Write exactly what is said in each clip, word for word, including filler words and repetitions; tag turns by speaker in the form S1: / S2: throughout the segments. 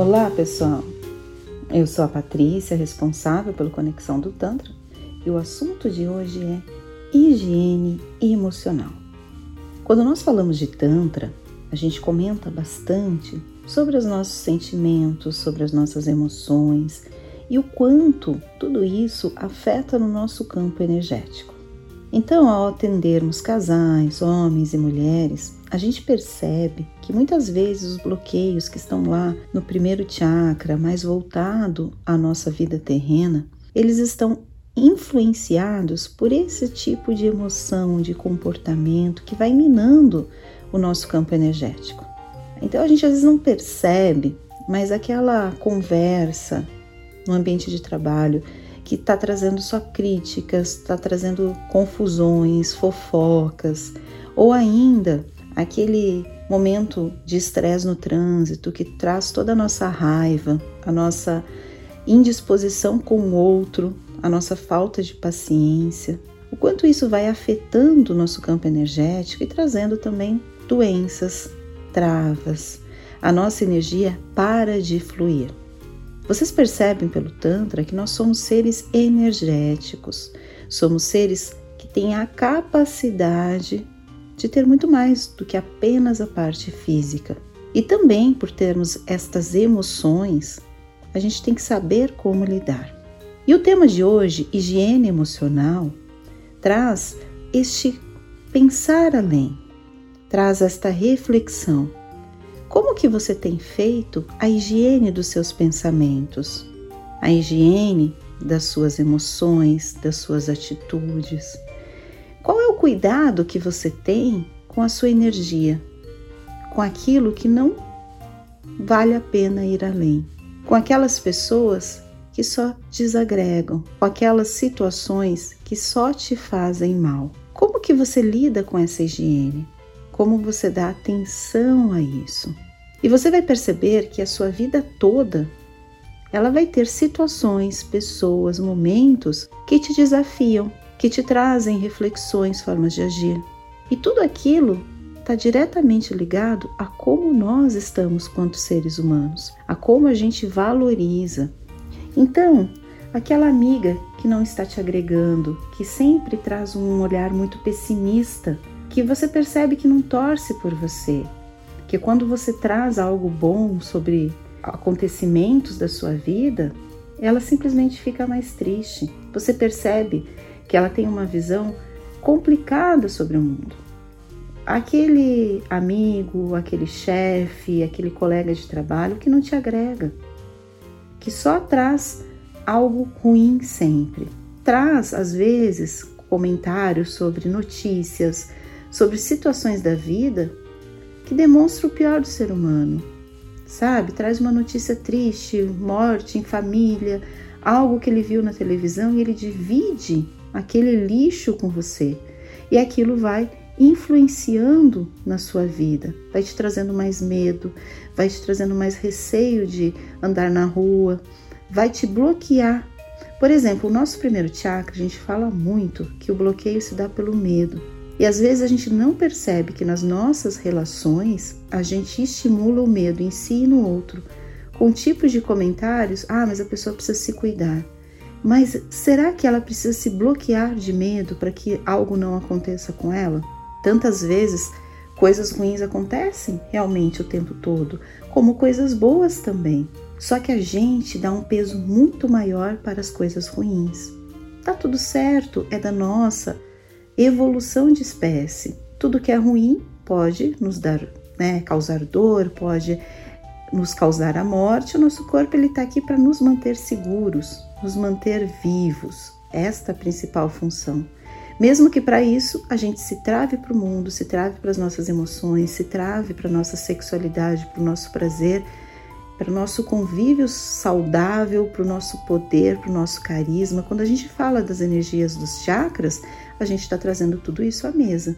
S1: Olá pessoal, eu sou a Patrícia, responsável pelo Conexão do Tantra, e o assunto de hoje é higiene emocional. Quando nós falamos de Tantra, a gente comenta bastante sobre os nossos sentimentos, sobre as nossas emoções e o quanto tudo isso afeta no nosso campo energético. Então, ao atendermos casais, homens e mulheres, a gente percebe que muitas vezes os bloqueios que estão lá no primeiro chakra, mais voltado à nossa vida terrena, eles estão influenciados por esse tipo de emoção, de comportamento que vai minando o nosso campo energético. Então a gente às vezes não percebe, mas aquela conversa no ambiente de trabalho que está trazendo só críticas, está trazendo confusões, fofocas, ou ainda aquele momento de estresse no trânsito que traz toda a nossa raiva, a nossa indisposição com o outro, a nossa falta de paciência, o quanto isso vai afetando o nosso campo energético e trazendo também doenças, travas, a nossa energia para de fluir. Vocês percebem pelo Tantra que nós somos seres energéticos, somos seres que têm a capacidade de ter muito mais do que apenas a parte física. E também por termos estas emoções, a gente tem que saber como lidar. E o tema de hoje, higiene emocional, traz este pensar além, traz esta reflexão. Como que você tem feito a higiene dos seus pensamentos, a higiene das suas emoções, das suas atitudes? Qual é o cuidado que você tem com a sua energia, com aquilo que não vale a pena ir além, com aquelas pessoas que só desagregam, com aquelas situações que só te fazem mal? Como que você lida com essa higiene? Como você dá atenção a isso? E você vai perceber que a sua vida toda, ela vai ter situações, pessoas, momentos que te desafiam, que te trazem reflexões, formas de agir. E tudo aquilo está diretamente ligado a como nós estamos quanto seres humanos, a como a gente valoriza. Então, aquela amiga que não está te agregando, que sempre traz um olhar muito pessimista, que você percebe que não torce por você, que quando você traz algo bom sobre acontecimentos da sua vida, ela simplesmente fica mais triste. Você percebe que ela tem uma visão complicada sobre o mundo. Aquele amigo, aquele chefe, aquele colega de trabalho que não te agrega, que só traz algo ruim sempre. Traz, às vezes, comentários sobre notícias, sobre situações da vida que demonstram o pior do ser humano, sabe? Traz uma notícia triste, morte em família, algo que ele viu na televisão e ele divide aquele lixo com você. E aquilo vai influenciando na sua vida, vai te trazendo mais medo, vai te trazendo mais receio de andar na rua, vai te bloquear. Por exemplo, o nosso primeiro chakra, a gente fala muito que o bloqueio se dá pelo medo. E às vezes a gente não percebe que nas nossas relações a gente estimula o medo em si e no outro, com tipos de comentários, ah, mas a pessoa precisa se cuidar. Mas será que ela precisa se bloquear de medo para que algo não aconteça com ela? Tantas vezes coisas ruins acontecem realmente o tempo todo, como coisas boas também. Só que a gente dá um peso muito maior para as coisas ruins. Tá tudo certo, é da nossa evolução de espécie. Tudo que é ruim pode nos dar, né, causar dor, pode nos causar a morte. O nosso corpo ele está aqui para nos manter seguros, nos manter vivos. Esta é a principal função. Mesmo que para isso a gente se trave para o mundo, se trave para as nossas emoções, se trave para a nossa sexualidade, para o nosso prazer, para o nosso convívio saudável, para o nosso poder, para o nosso carisma. Quando a gente fala das energias dos chakras, a gente está trazendo tudo isso à mesa.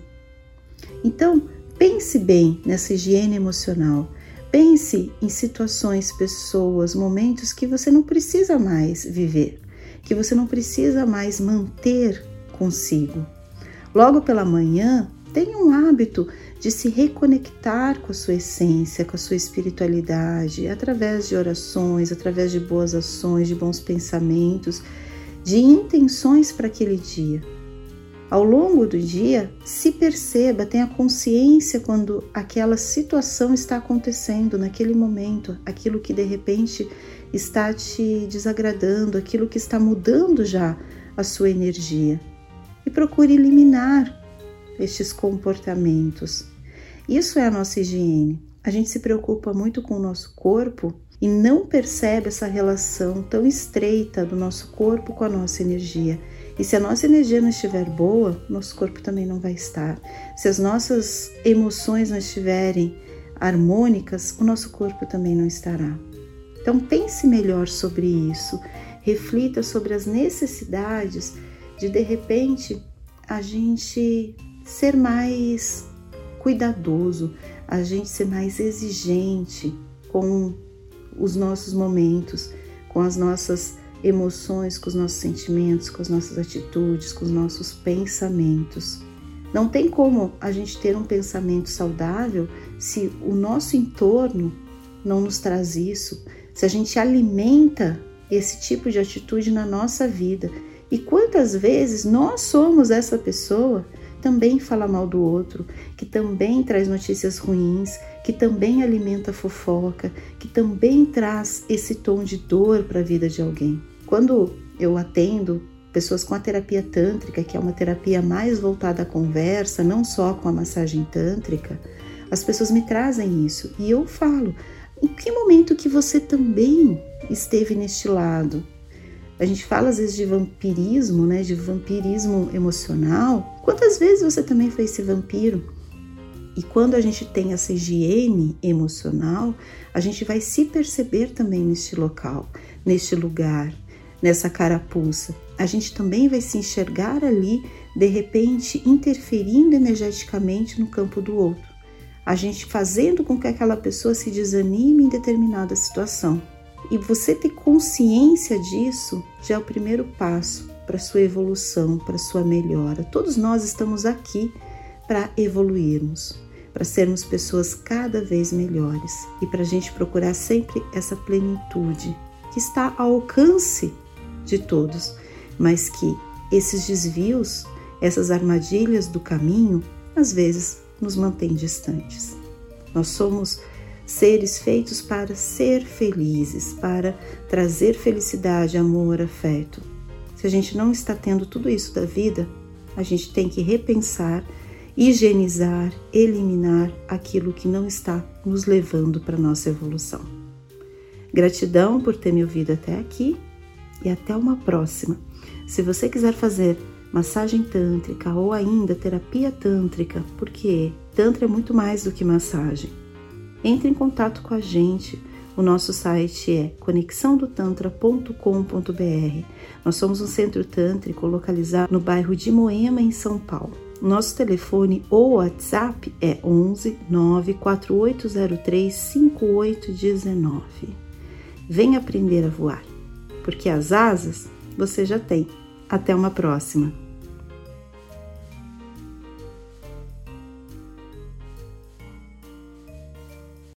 S1: Então, pense bem nessa higiene emocional. Pense em situações, pessoas, momentos que você não precisa mais viver, que você não precisa mais manter consigo. Logo pela manhã, tenha um hábito de se reconectar com a sua essência, com a sua espiritualidade, através de orações, através de boas ações, de bons pensamentos, de intenções para aquele dia. Ao longo do dia, se perceba, tenha consciência quando aquela situação está acontecendo naquele momento, aquilo que de repente está te desagradando, aquilo que está mudando já a sua energia. E procure eliminar estes comportamentos. Isso é a nossa higiene. A gente se preocupa muito com o nosso corpo e não percebe essa relação tão estreita do nosso corpo com a nossa energia. E se a nossa energia não estiver boa, nosso corpo também não vai estar. Se as nossas emoções não estiverem harmônicas, o nosso corpo também não estará. Então pense melhor sobre isso, reflita sobre as necessidades de, de repente, a gente ser mais cuidadoso, a gente ser mais exigente com os nossos momentos, com as nossas emoções, com os nossos sentimentos, com as nossas atitudes, com os nossos pensamentos. Não tem como a gente ter um pensamento saudável se o nosso entorno não nos traz isso, se a gente alimenta esse tipo de atitude na nossa vida. E quantas vezes nós somos essa pessoa que também fala mal do outro, que também traz notícias ruins, que também alimenta a fofoca, que também traz esse tom de dor para a vida de alguém. Quando eu atendo pessoas com a terapia tântrica, que é uma terapia mais voltada à conversa, não só com a massagem tântrica, as pessoas me trazem isso e eu falo, em que momento que você também esteve neste lado? A gente fala às vezes de vampirismo, né, de vampirismo emocional. Quantas vezes você também foi esse vampiro? E quando a gente tem essa higiene emocional, a gente vai se perceber também neste local, neste lugar, nessa carapuça. A gente também vai se enxergar ali, de repente, interferindo energeticamente no campo do outro. A gente fazendo com que aquela pessoa se desanime em determinada situação. E você ter consciência disso já é o primeiro passo para a sua evolução, para a sua melhora. Todos nós estamos aqui para evoluirmos, para sermos pessoas cada vez melhores e para a gente procurar sempre essa plenitude que está ao alcance de todos, mas que esses desvios, essas armadilhas do caminho, às vezes nos mantêm distantes. Nós somos seres feitos para ser felizes, para trazer felicidade, amor, afeto. Se a gente não está tendo tudo isso da vida, a gente tem que repensar, higienizar, eliminar aquilo que não está nos levando para a nossa evolução. Gratidão por ter me ouvido até aqui e até uma próxima. Se você quiser fazer massagem tântrica ou ainda terapia tântrica, porque Tantra é muito mais do que massagem, entre em contato com a gente. O nosso site é conexão do tantra ponto com ponto b r. Nós somos um centro tântrico localizado no bairro de Moema, em São Paulo. Nosso telefone ou WhatsApp é onze nove quatro oito zero três cinco oito um nove. Venha aprender a voar, porque as asas você já tem. Até uma próxima!